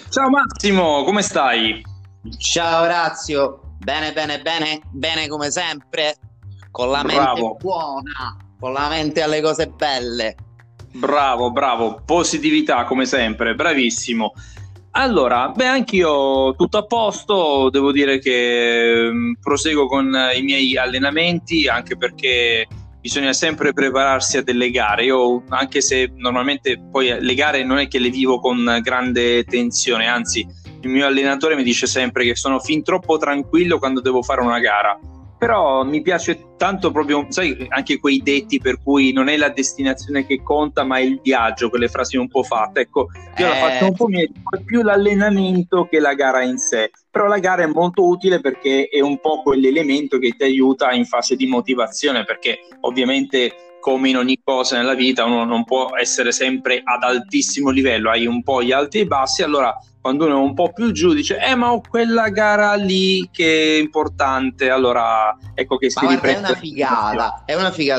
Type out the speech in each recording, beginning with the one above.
Ciao Massimo, come stai? Ciao Orazio, bene, bene, bene, bene come sempre, con la mente Bravo, buona, con la mente alle cose belle. bravo, bravo, positività come sempre, bravissimo. Allora, beh, anch'io tutto a posto, devo dire che proseguo con i miei allenamenti, anche perché bisogna sempre prepararsi a delle gare. Io, anche se normalmente poi le gare non è che le vivo con grande tensione, anzi, il mio allenatore mi dice sempre che sono fin troppo tranquillo quando devo fare una gara. Però mi piace tanto proprio, sai, anche quei detti per cui non è la destinazione che conta, ma è il viaggio, quelle frasi un po' fatte. Ecco, io la faccio un po' mia, è più l'allenamento che la gara in sé, però la gara è molto utile perché è un po' quell'elemento che ti aiuta in fase di motivazione, perché ovviamente come in ogni cosa nella vita uno non può essere sempre ad altissimo livello, hai un po' gli alti e i bassi, allora quando uno è un po' più giù dice ma ho quella gara lì che è importante, allora ecco che Ma si guarda, riprende. è una figata.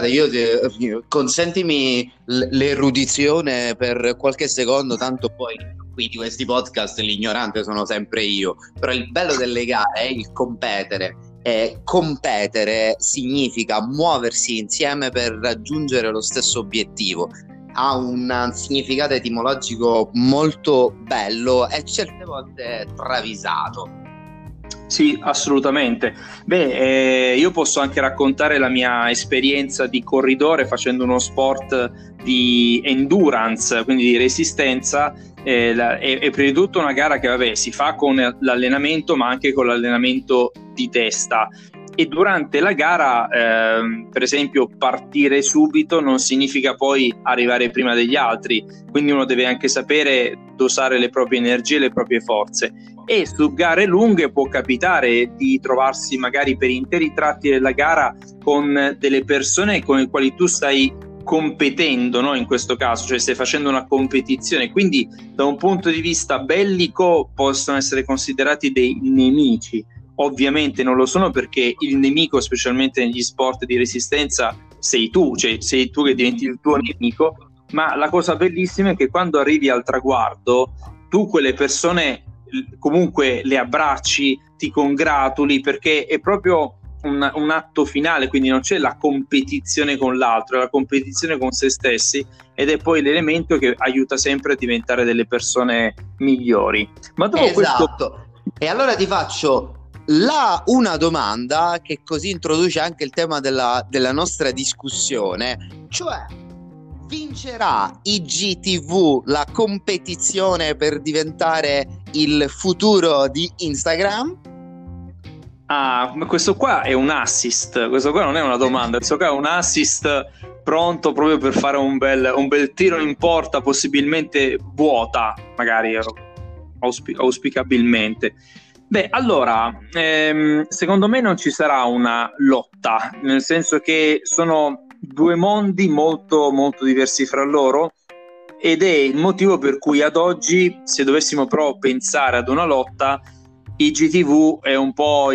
Consentimi l'erudizione per qualche secondo, tanto poi qui di questi podcast l'ignorante sono sempre io. Però il bello delle gare è il competere. E competere significa muoversi insieme per raggiungere lo stesso obiettivo. Ha un significato etimologico molto bello e certe volte travisato. Sì, assolutamente. Beh, io posso anche raccontare la mia esperienza di corridore facendo uno sport di endurance, quindi di resistenza, è prima di tutto una gara che vabbè, si fa con l'allenamento, ma anche con l'allenamento di testa. E durante la gara, per esempio, partire subito non significa poi arrivare prima degli altri, quindi uno deve anche sapere dosare le proprie energie e le proprie forze. E su gare lunghe può capitare di trovarsi magari per interi tratti della gara con delle persone con le quali tu stai competendo, no? In questo caso, cioè stai facendo una competizione, quindi da un punto di vista bellico possono essere considerati dei nemici. Ovviamente non lo sono, perché il nemico, specialmente negli sport di resistenza, sei tu, cioè sei tu che diventi il tuo nemico, ma la cosa bellissima è che quando arrivi al traguardo tu quelle persone comunque le abbracci, ti congratuli, perché è proprio un atto finale, quindi non c'è la competizione con l'altro, è la competizione con se stessi, ed è poi l'elemento che aiuta sempre a diventare delle persone migliori. Ma dopo Esatto. E allora ti faccio una domanda che così introduce anche il tema della nostra discussione, cioè vincerà IGTV la competizione per diventare il futuro di Instagram? Ah, ma questo qua è un assist, questo qua non è una domanda, questo qua è un assist pronto proprio per fare un bel tiro in porta, possibilmente vuota, magari auspicabilmente. Beh, allora, secondo me non ci sarà una lotta, nel senso che sono due mondi molto, molto diversi fra loro, ed è il motivo per cui ad oggi, se dovessimo però pensare ad una lotta, IGTV è un po'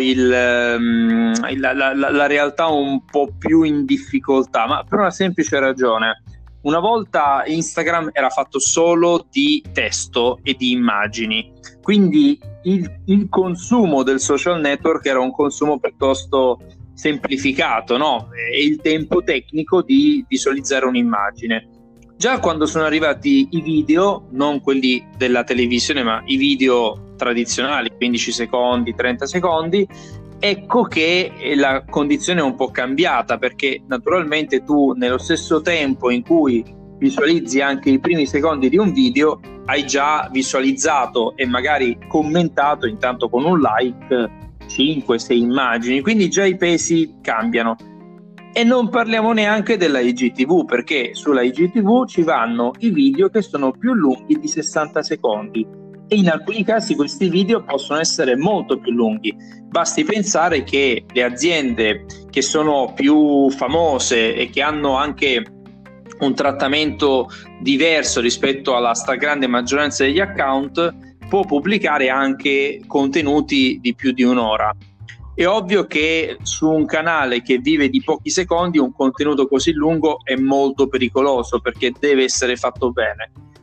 la realtà un po' più in difficoltà, ma per una semplice ragione. Una volta Instagram era fatto solo di testo e di immagini, quindi il consumo del social network era un consumo piuttosto semplificato, no? E il tempo tecnico di visualizzare un'immagine. Già quando sono arrivati i video, non quelli della televisione, ma i video tradizionali, 15 secondi, 30 secondi, ecco che la condizione è un po' cambiata, perché naturalmente tu nello stesso tempo in cui visualizzi anche i primi secondi di un video, hai già visualizzato e magari commentato intanto con un like 5-6 immagini, quindi già i pesi cambiano. E non parliamo neanche della IGTV, perché sulla IGTV ci vanno i video che sono più lunghi di 60 secondi, e in alcuni casi questi video possono essere molto più lunghi. Basti pensare che le aziende che sono più famose e che hanno anche un trattamento diverso rispetto alla stragrande maggioranza degli account può pubblicare anche contenuti di più di un'ora. È ovvio che su un canale che vive di pochi secondi un contenuto così lungo è molto pericoloso, perché deve essere fatto bene.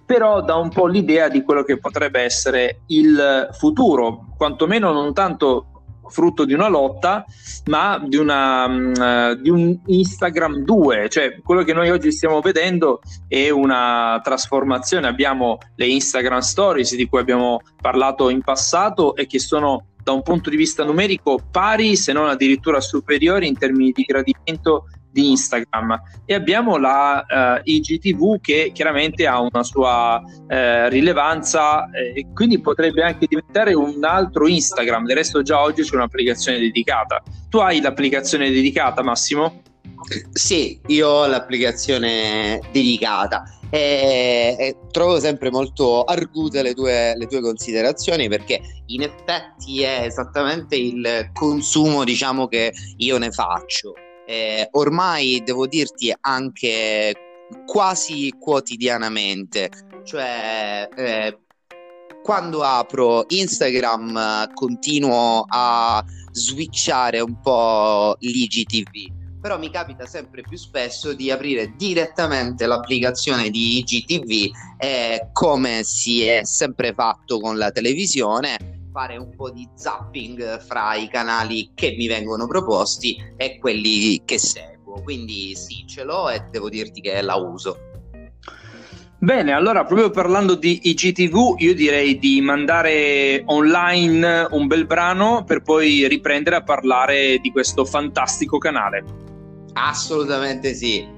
però dà un po' l'idea di quello che potrebbe essere il futuro, quantomeno non tanto frutto di una lotta, ma di un Instagram 2, cioè quello che noi oggi stiamo vedendo è una trasformazione. Abbiamo le Instagram Stories di cui abbiamo parlato in passato e che sono da un punto di vista numerico pari, se non addirittura superiori in termini di gradimento di Instagram, e abbiamo la IGTV che chiaramente ha una sua rilevanza, e quindi potrebbe anche diventare un altro Instagram. Del resto già oggi c'è un'applicazione dedicata. Tu hai l'applicazione dedicata, Massimo? Sì, io ho l'applicazione dedicata e trovo sempre molto argute le tue considerazioni, perché in effetti è esattamente il consumo, diciamo, che io ne faccio. Ormai devo dirti anche quasi quotidianamente, cioè quando apro Instagram continuo a switchare un po' l'IGTV, però mi capita sempre più spesso di aprire direttamente l'applicazione di IGTV e, come si è sempre fatto con la televisione, fare un po' di zapping fra i canali che mi vengono proposti e quelli che seguo. Quindi sì, ce l'ho e devo dirti che la uso. Bene, allora proprio parlando di IGTV, io direi di mandare online un bel brano per poi riprendere a parlare di questo fantastico canale. Assolutamente sì.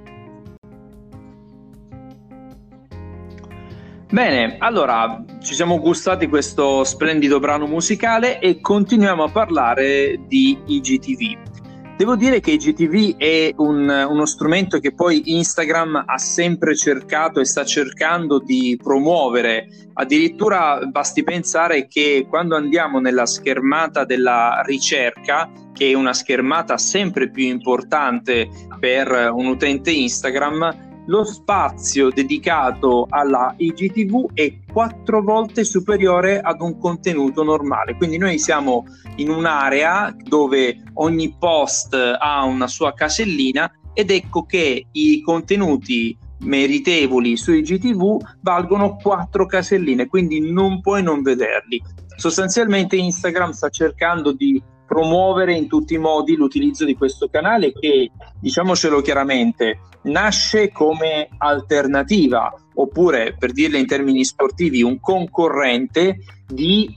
Bene, allora ci siamo gustati questo splendido brano musicale e continuiamo a parlare di IGTV. Devo dire che IGTV è uno strumento che poi Instagram ha sempre cercato e sta cercando di promuovere. Addirittura basti pensare che quando andiamo nella schermata della ricerca, che è una schermata sempre più importante per un utente Instagram, lo spazio dedicato alla IGTV è 4 volte superiore ad un contenuto normale. Quindi noi siamo in un'area dove ogni post ha una sua casellina, ed ecco che i contenuti meritevoli su IGTV valgono 4 caselline, quindi non puoi non vederli. Sostanzialmente Instagram sta cercando di promuovere in tutti i modi l'utilizzo di questo canale che, diciamocelo chiaramente, nasce come alternativa, oppure, per dirla in termini sportivi, un concorrente di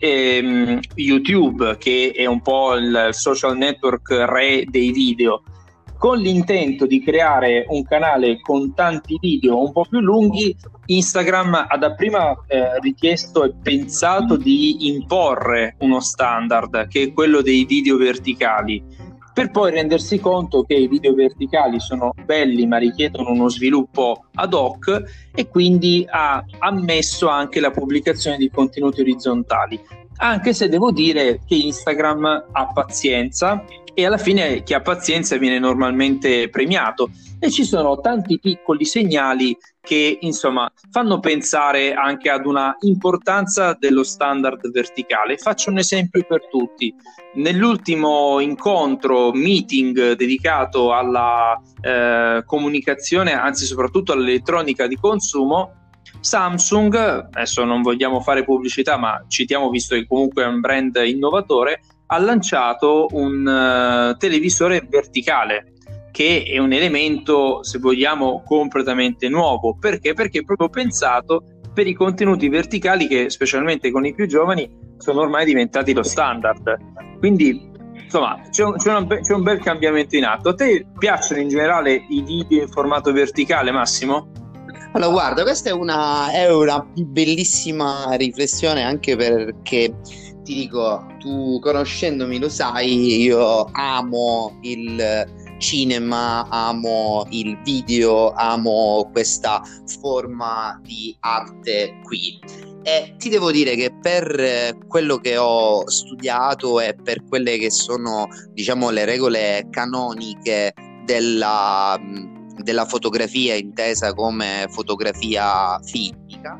YouTube, che è un po' il social network re dei video, con l'intento di creare un canale con tanti video un po' più lunghi. Instagram ha dapprima richiesto e pensato di imporre uno standard, che è quello dei video verticali, per poi rendersi conto che i video verticali sono belli ma richiedono uno sviluppo ad hoc, e quindi ha ammesso anche la pubblicazione di contenuti orizzontali, anche se devo dire che Instagram ha pazienza e alla fine chi ha pazienza viene normalmente premiato, e ci sono tanti piccoli segnali che insomma fanno pensare anche ad una importanza dello standard verticale. Faccio un esempio per tutti: nell'ultimo incontro, meeting dedicato alla comunicazione, anzi soprattutto all'elettronica di consumo, Samsung, adesso non vogliamo fare pubblicità ma citiamo visto che comunque è un brand innovatore, ha lanciato un televisore verticale, che è un elemento, se vogliamo, completamente nuovo. Perché? Perché è proprio pensato per i contenuti verticali che, specialmente con i più giovani, sono ormai diventati lo standard. Quindi, insomma, c'è un bel cambiamento in atto. A te piacciono in generale i video in formato verticale, Massimo? Allora, guarda, questa è una bellissima riflessione, anche perché ti dico, tu conoscendomi lo sai, io amo il cinema, amo il video, amo questa forma di arte qui. E ti devo dire che per quello che ho studiato e per quelle che sono, diciamo, le regole canoniche della fotografia intesa come fotografia filmica,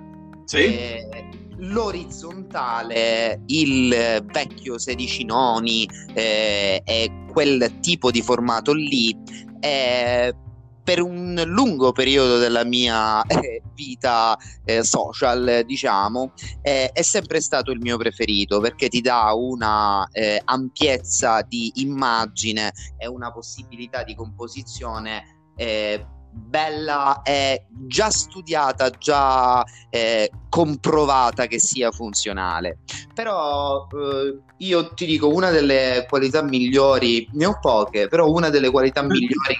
Sì. L'orizzontale, il vecchio 16 noni e quel tipo di formato lì è per un lungo periodo della mia vita social, diciamo, è sempre stato il mio preferito, perché ti dà una ampiezza di immagine e una possibilità di composizione bella e già studiata, già comprovata che sia funzionale. Però io ti dico, una delle qualità migliori, ne ho poche, però una delle qualità migliori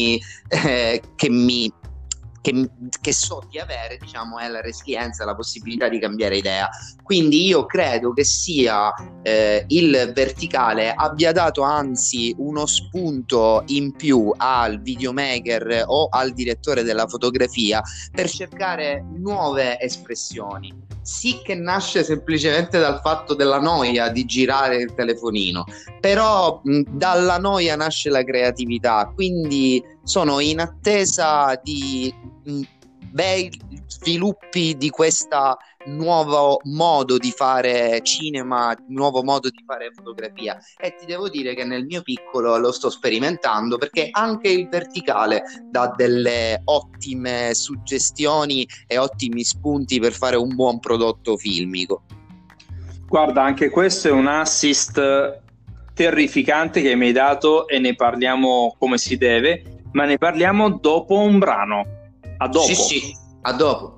che so di avere, diciamo, è la resilienza, la possibilità di cambiare idea. Quindi io credo che sia il verticale abbia dato anzi uno spunto in più al videomaker o al direttore della fotografia per cercare nuove espressioni. Sì, che nasce semplicemente dal fatto della noia di girare il telefonino, però dalla noia nasce la creatività, quindi sono in attesa di bei sviluppi di questo nuovo modo di fare cinema, nuovo modo di fare fotografia, e ti devo dire che nel mio piccolo lo sto sperimentando, perché anche il verticale dà delle ottime suggestioni e ottimi spunti per fare un buon prodotto filmico. Guarda, anche questo è un assist terrificante che mi hai dato, e ne parliamo come si deve, ma ne parliamo dopo un brano. A dopo. Sì, a dopo.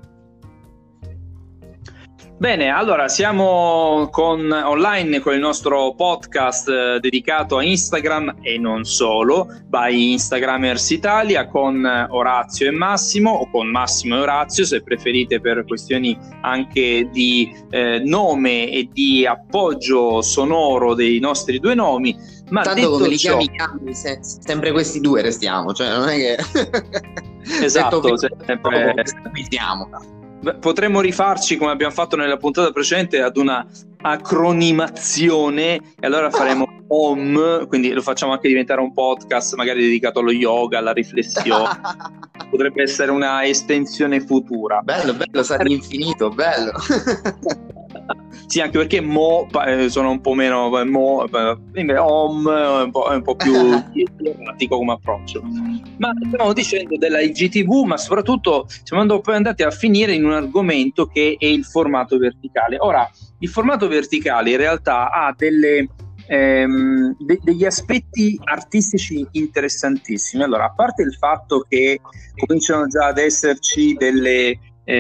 Bene, allora siamo online con il nostro podcast dedicato a Instagram e non solo, by Instagrammers Italia, con Orazio e Massimo, o con Massimo e Orazio se preferite, per questioni anche di nome e di appoggio sonoro dei nostri due nomi. Ma tanto come li chiami, sempre questi due restiamo, cioè non è che esatto, sempre siamo. Potremmo rifarci, come abbiamo fatto nella puntata precedente, ad una acronimazione, e allora faremo OM, quindi lo facciamo anche diventare un podcast magari dedicato allo yoga, alla riflessione. Potrebbe essere una estensione futura. Bello, sa di infinito, bello. Sì, anche perché sono un po' meno OM è un po' più pratico come approccio. Ma stiamo dicendo della IGTV, ma soprattutto siamo poi andati a finire in un argomento che è il formato verticale. Ora, il formato verticale in realtà ha degli aspetti artistici interessantissimi. Allora, a parte il fatto che cominciano già ad esserci delle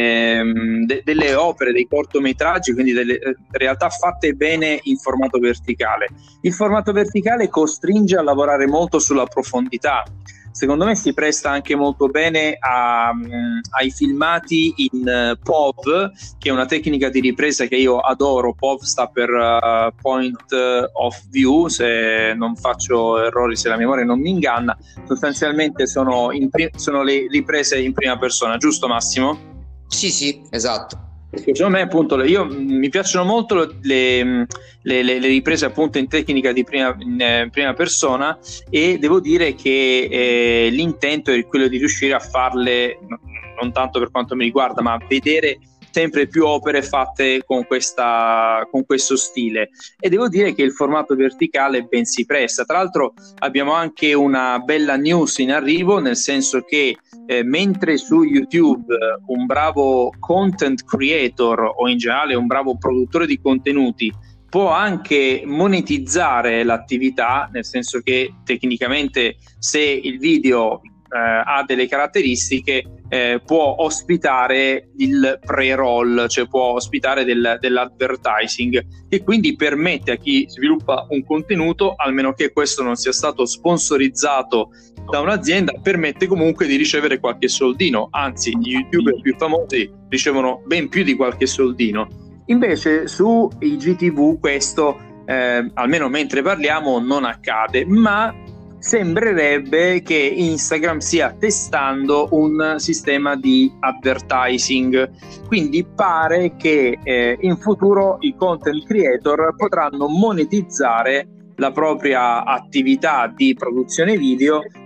opere, dei cortometraggi, quindi delle realtà fatte bene in formato verticale. Il formato verticale costringe a lavorare molto sulla profondità. Secondo me si presta anche molto bene ai filmati in POV, che è una tecnica di ripresa che io adoro. POV sta per Point of View, se non faccio errori, se la memoria non mi inganna. Sostanzialmente sono le riprese in prima persona, giusto Massimo? Sì, esatto. Secondo me, appunto, mi piacciono molto le riprese appunto in tecnica di prima persona, e devo dire che l'intento è quello di riuscire a farle, non tanto per quanto mi riguarda, ma vedere sempre più opere fatte con questo stile, e devo dire che il formato verticale ben si presta. Tra l'altro abbiamo anche una bella news in arrivo, nel senso che mentre su YouTube un bravo content creator, o in generale un bravo produttore di contenuti, può anche monetizzare l'attività, nel senso che tecnicamente, se il video ha delle caratteristiche, può ospitare il pre-roll, cioè può ospitare dell'advertising, che quindi permette a chi sviluppa un contenuto, almeno che questo non sia stato sponsorizzato da un'azienda, permette comunque di ricevere qualche soldino. Anzi, gli youtuber più famosi ricevono ben più di qualche soldino. Invece su IGTV questo, almeno mentre parliamo, non accade, ma sembrerebbe che Instagram stia testando un sistema di advertising, quindi pare che in futuro i content creator potranno monetizzare la propria attività di produzione video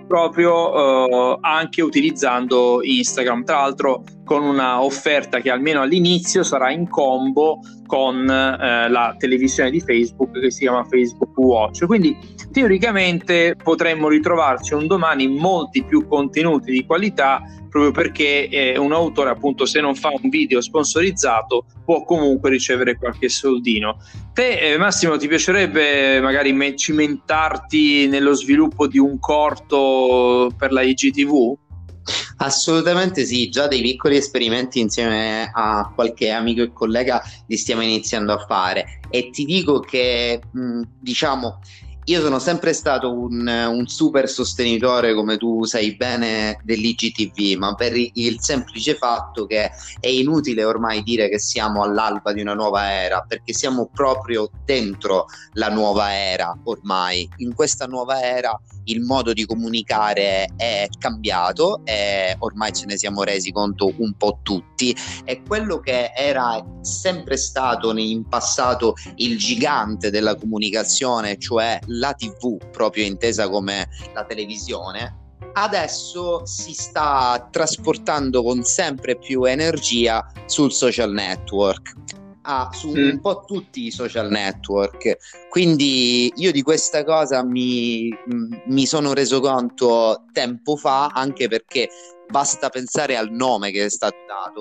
proprio anche utilizzando Instagram, tra l'altro con una offerta che almeno all'inizio sarà in combo con la televisione di Facebook, che si chiama Facebook Watch. Quindi teoricamente potremmo ritrovarci un domani molti più contenuti di qualità, proprio perché un autore, appunto, se non fa un video sponsorizzato può comunque ricevere qualche soldino. Te, Massimo, ti piacerebbe magari cimentarti nello sviluppo di un corto per la IGTV? Assolutamente sì, già dei piccoli esperimenti insieme a qualche amico e collega li stiamo iniziando a fare, e ti dico che diciamo, io sono sempre stato un super sostenitore, come tu sai bene, dell'IGTV, ma per il semplice fatto che è inutile ormai dire che siamo all'alba di una nuova era, perché siamo proprio dentro la nuova era ormai. In questa nuova era il modo di comunicare è cambiato e ormai ce ne siamo resi conto un po' tutti, e quello che era sempre stato in passato il gigante della comunicazione, cioè la TV, proprio intesa come la televisione, adesso si sta trasportando con sempre più energia sul social network, su un po' tutti i social network. Quindi io di questa cosa mi sono reso conto tempo fa, anche perché basta pensare al nome che è stato dato,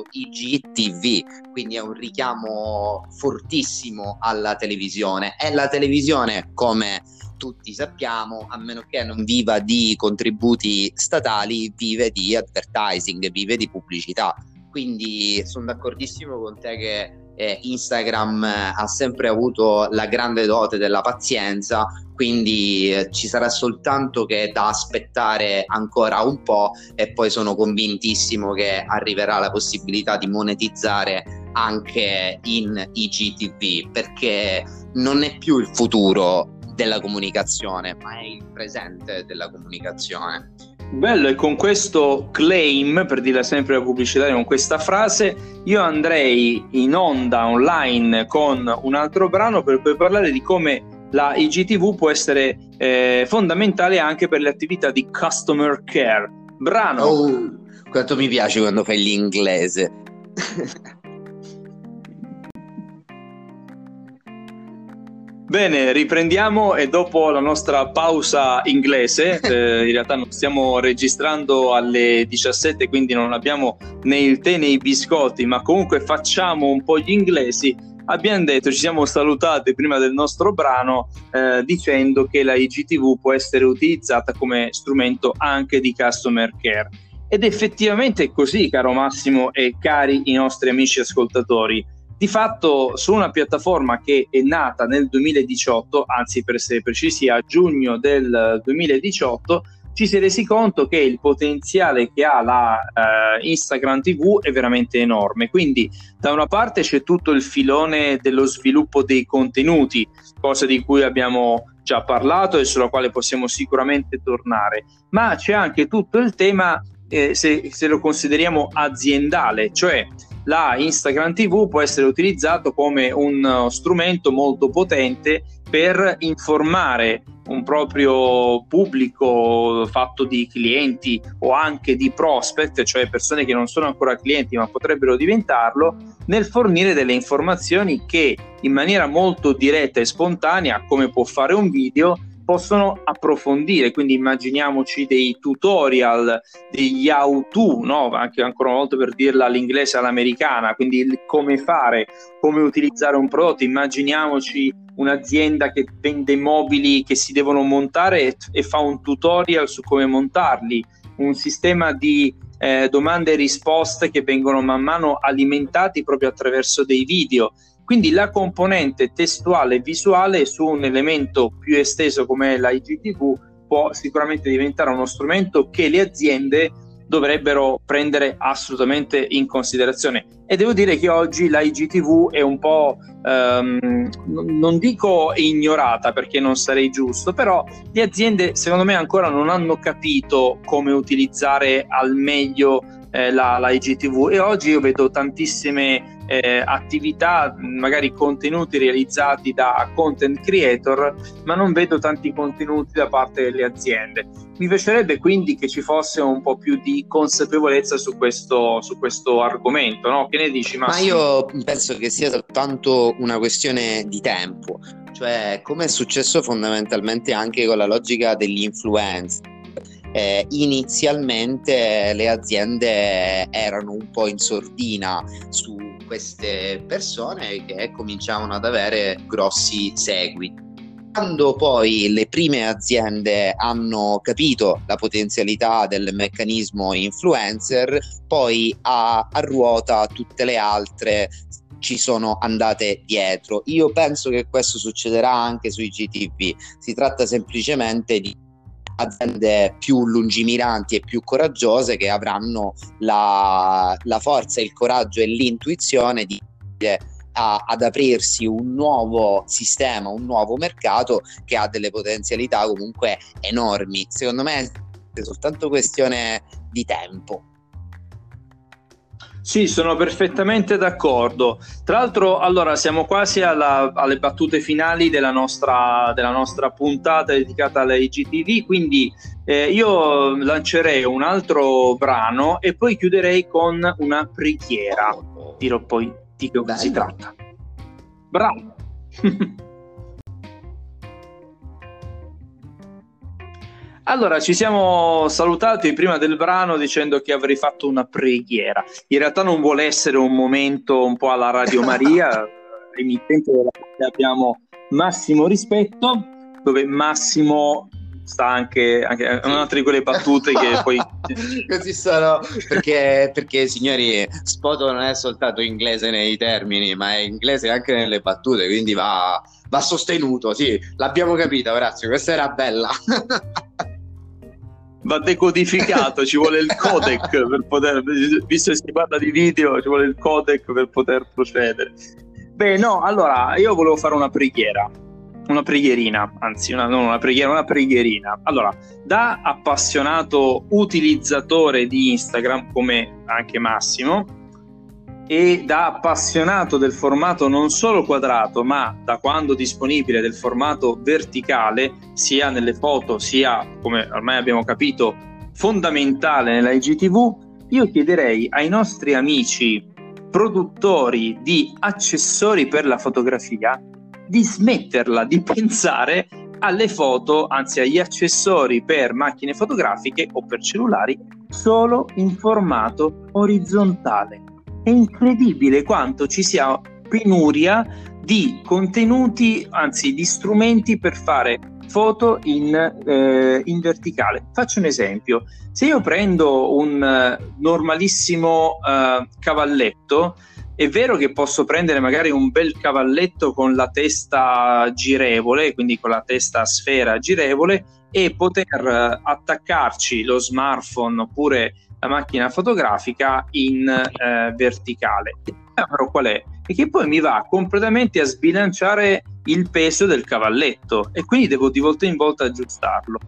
IGTV, quindi è un richiamo fortissimo alla televisione, e la televisione, come tutti sappiamo, a meno che non viva di contributi statali, vive di advertising, vive di pubblicità. Quindi sono d'accordissimo con te che Instagram ha sempre avuto la grande dote della pazienza, quindi ci sarà soltanto che da aspettare ancora un po', e poi sono convintissimo che arriverà la possibilità di monetizzare anche in IGTV, perché non è più il futuro della comunicazione, ma è il presente della comunicazione. Bello, e con questo claim, per dirla sempre la pubblicitaria, con questa frase, io andrei in onda online con un altro brano per poi parlare di come la IGTV può essere fondamentale anche per le attività di customer care. Brano. Oh, quanto mi piace quando fai l'inglese. Bene, riprendiamo, e dopo la nostra pausa inglese, in realtà non stiamo registrando alle 17, quindi non abbiamo né il tè né i biscotti, ma comunque facciamo un po' gli inglesi. Abbiamo detto, ci siamo salutati prima del nostro brano dicendo che la IGTV può essere utilizzata come strumento anche di customer care. Ed effettivamente è così, caro Massimo e cari i nostri amici ascoltatori. Di fatto, su una piattaforma che è nata nel 2018, anzi per essere precisi a giugno del 2018, ci si è resi conto che il potenziale che ha la Instagram TV è veramente enorme. Quindi da una parte c'è tutto il filone dello sviluppo dei contenuti, cosa di cui abbiamo già parlato e sulla quale possiamo sicuramente tornare, ma c'è anche tutto il tema, se lo consideriamo aziendale, cioè la Instagram TV può essere utilizzato come uno strumento molto potente per informare un proprio pubblico fatto di clienti o anche di prospect, cioè persone che non sono ancora clienti ma potrebbero diventarlo, nel fornire delle informazioni che in maniera molto diretta e spontanea, come può fare un video, possono approfondire. Quindi immaginiamoci dei tutorial, degli how-to, no? Anche ancora una volta per dirla all'inglese all'americana, quindi il come fare, come utilizzare un prodotto. Immaginiamoci un'azienda che vende mobili che si devono montare e fa un tutorial su come montarli, un sistema di domande e risposte che vengono man mano alimentati proprio attraverso dei video. Quindi la componente testuale e visuale su un elemento più esteso come la IGTV può sicuramente diventare uno strumento che le aziende dovrebbero prendere assolutamente in considerazione. E devo dire che oggi la IGTV è un po', non dico ignorata perché non sarei giusto, però le aziende secondo me ancora non hanno capito come utilizzare al meglio la IGTV, e oggi io vedo tantissime attività, magari contenuti realizzati da content creator, ma non vedo tanti contenuti da parte delle aziende. Mi piacerebbe quindi che ci fosse un po' più di consapevolezza su questo argomento, no? Che ne dici, Massimo? Ma io penso che sia soltanto una questione di tempo, cioè come è successo fondamentalmente anche con la logica dell'influencer. Inizialmente le aziende erano un po' in sordina su queste persone che cominciavano ad avere grossi seguiti. Quando poi le prime aziende hanno capito la potenzialità del meccanismo influencer, poi a ruota tutte le altre ci sono andate dietro. Io penso che questo succederà anche sui GTV. Si tratta semplicemente di aziende più lungimiranti e più coraggiose che avranno la forza, il coraggio e l'intuizione di ad aprirsi un nuovo sistema, un nuovo mercato che ha delle potenzialità comunque enormi. Secondo me è soltanto questione di tempo. Sì, sono perfettamente d'accordo. Tra l'altro, allora, siamo quasi alle battute finali della nostra puntata dedicata alle IGTV, quindi io lancerei un altro brano e poi chiuderei con una preghiera. Dirò poi di che si tratta. Bravo! Allora, ci siamo salutati prima del brano dicendo che avrei fatto una preghiera. In realtà non vuole essere un momento un po' alla Radio Maria, emittente della quale abbiamo massimo rispetto, dove Massimo sta anche un'altra di quelle battute che poi così sono, perché signori, Spoto non è soltanto inglese nei termini, ma è inglese anche nelle battute, quindi va sostenuto. Sì, l'abbiamo capita, Orazio, questa era bella. Va decodificato, ci vuole il codec per poter, visto che si parla di video, ci vuole il codec per poter procedere. Beh, no, allora io volevo fare una preghierina, anzi, non una preghiera, una preghierina. Allora, da appassionato utilizzatore di Instagram, come anche Massimo, e da appassionato del formato non solo quadrato, ma da quando disponibile del formato verticale, sia nelle foto, sia, come ormai abbiamo capito, fondamentale nella IGTV, io chiederei ai nostri amici produttori di accessori per la fotografia di smetterla di pensare alle foto, anzi agli accessori per macchine fotografiche o per cellulari, solo in formato orizzontale. È incredibile quanto ci sia penuria di contenuti, anzi di strumenti per fare foto in verticale. Faccio un esempio: se io prendo un normalissimo cavalletto, è vero che posso prendere magari un bel cavalletto con la testa girevole, quindi con la testa a sfera girevole, e poter attaccarci lo smartphone oppure la macchina fotografica in verticale. Però qual è? E che poi mi va completamente a sbilanciare il peso del cavalletto e quindi devo di volta in volta aggiustarlo.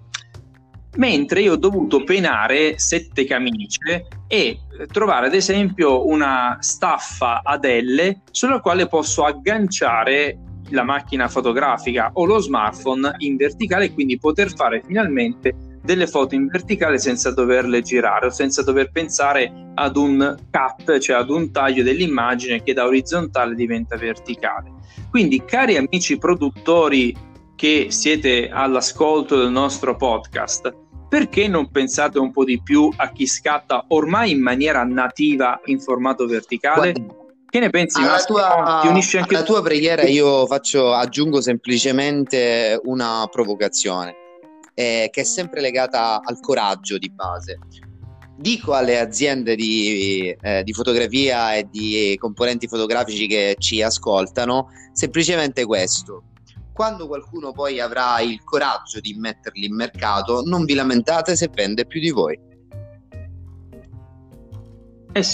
Mentre io ho dovuto penare 7 camicie e trovare ad esempio una staffa ad L sulla quale posso agganciare la macchina fotografica o lo smartphone in verticale e quindi poter fare finalmente delle foto in verticale senza doverle girare o senza dover pensare ad un cut, cioè ad un taglio dell'immagine che da orizzontale diventa verticale. Quindi, cari amici produttori che siete all'ascolto del nostro podcast, perché non pensate un po' di più a chi scatta ormai in maniera nativa in formato verticale? Che ne pensi? Ti unisci anche alla tua preghiera? Io aggiungo semplicemente una provocazione che è sempre legata al coraggio di base. Dico alle aziende di fotografia e di componenti fotografici che ci ascoltano semplicemente questo: quando qualcuno poi avrà il coraggio di metterli in mercato, non vi lamentate se vende più di voi. Eh sì,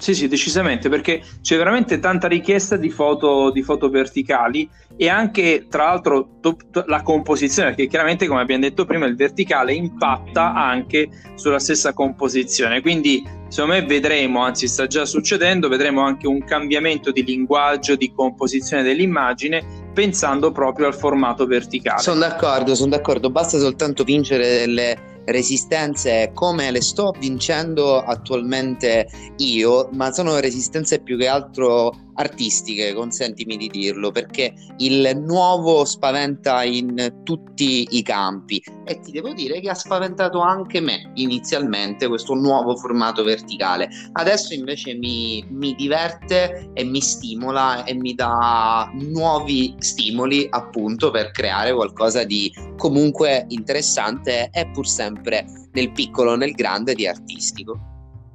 Sì, decisamente, perché c'è veramente tanta richiesta di foto verticali, e anche tra l'altro la composizione, perché chiaramente, come abbiamo detto prima, il verticale impatta anche sulla stessa composizione. Quindi secondo me vedremo, anzi sta già succedendo, vedremo anche un cambiamento di linguaggio, di composizione dell'immagine, pensando proprio al formato verticale. Sono d'accordo, basta soltanto vincere delle resistenze come le sto vincendo attualmente io, ma sono resistenze più che altro artistiche, consentimi di dirlo, perché il nuovo spaventa in tutti i campi, e ti devo dire che ha spaventato anche me inizialmente questo nuovo formato verticale. Adesso invece mi diverte e mi stimola e mi dà nuovi stimoli, appunto, per creare qualcosa di comunque interessante e pur sempre nel piccolo, nel grande, di artistico.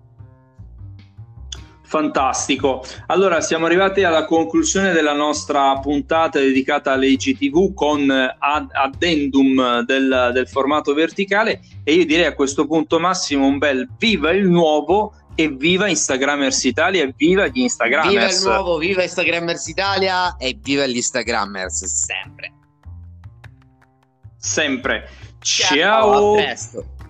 Fantastico. Allora siamo arrivati alla conclusione della nostra puntata dedicata alle IGTV, con addendum del formato verticale, e io direi a questo punto, Massimo, un bel viva il nuovo e viva Instagrammers Italia e viva gli Instagrammers. Viva il nuovo, viva Instagrammers Italia e viva gli Instagrammers sempre. Ciao. A presto.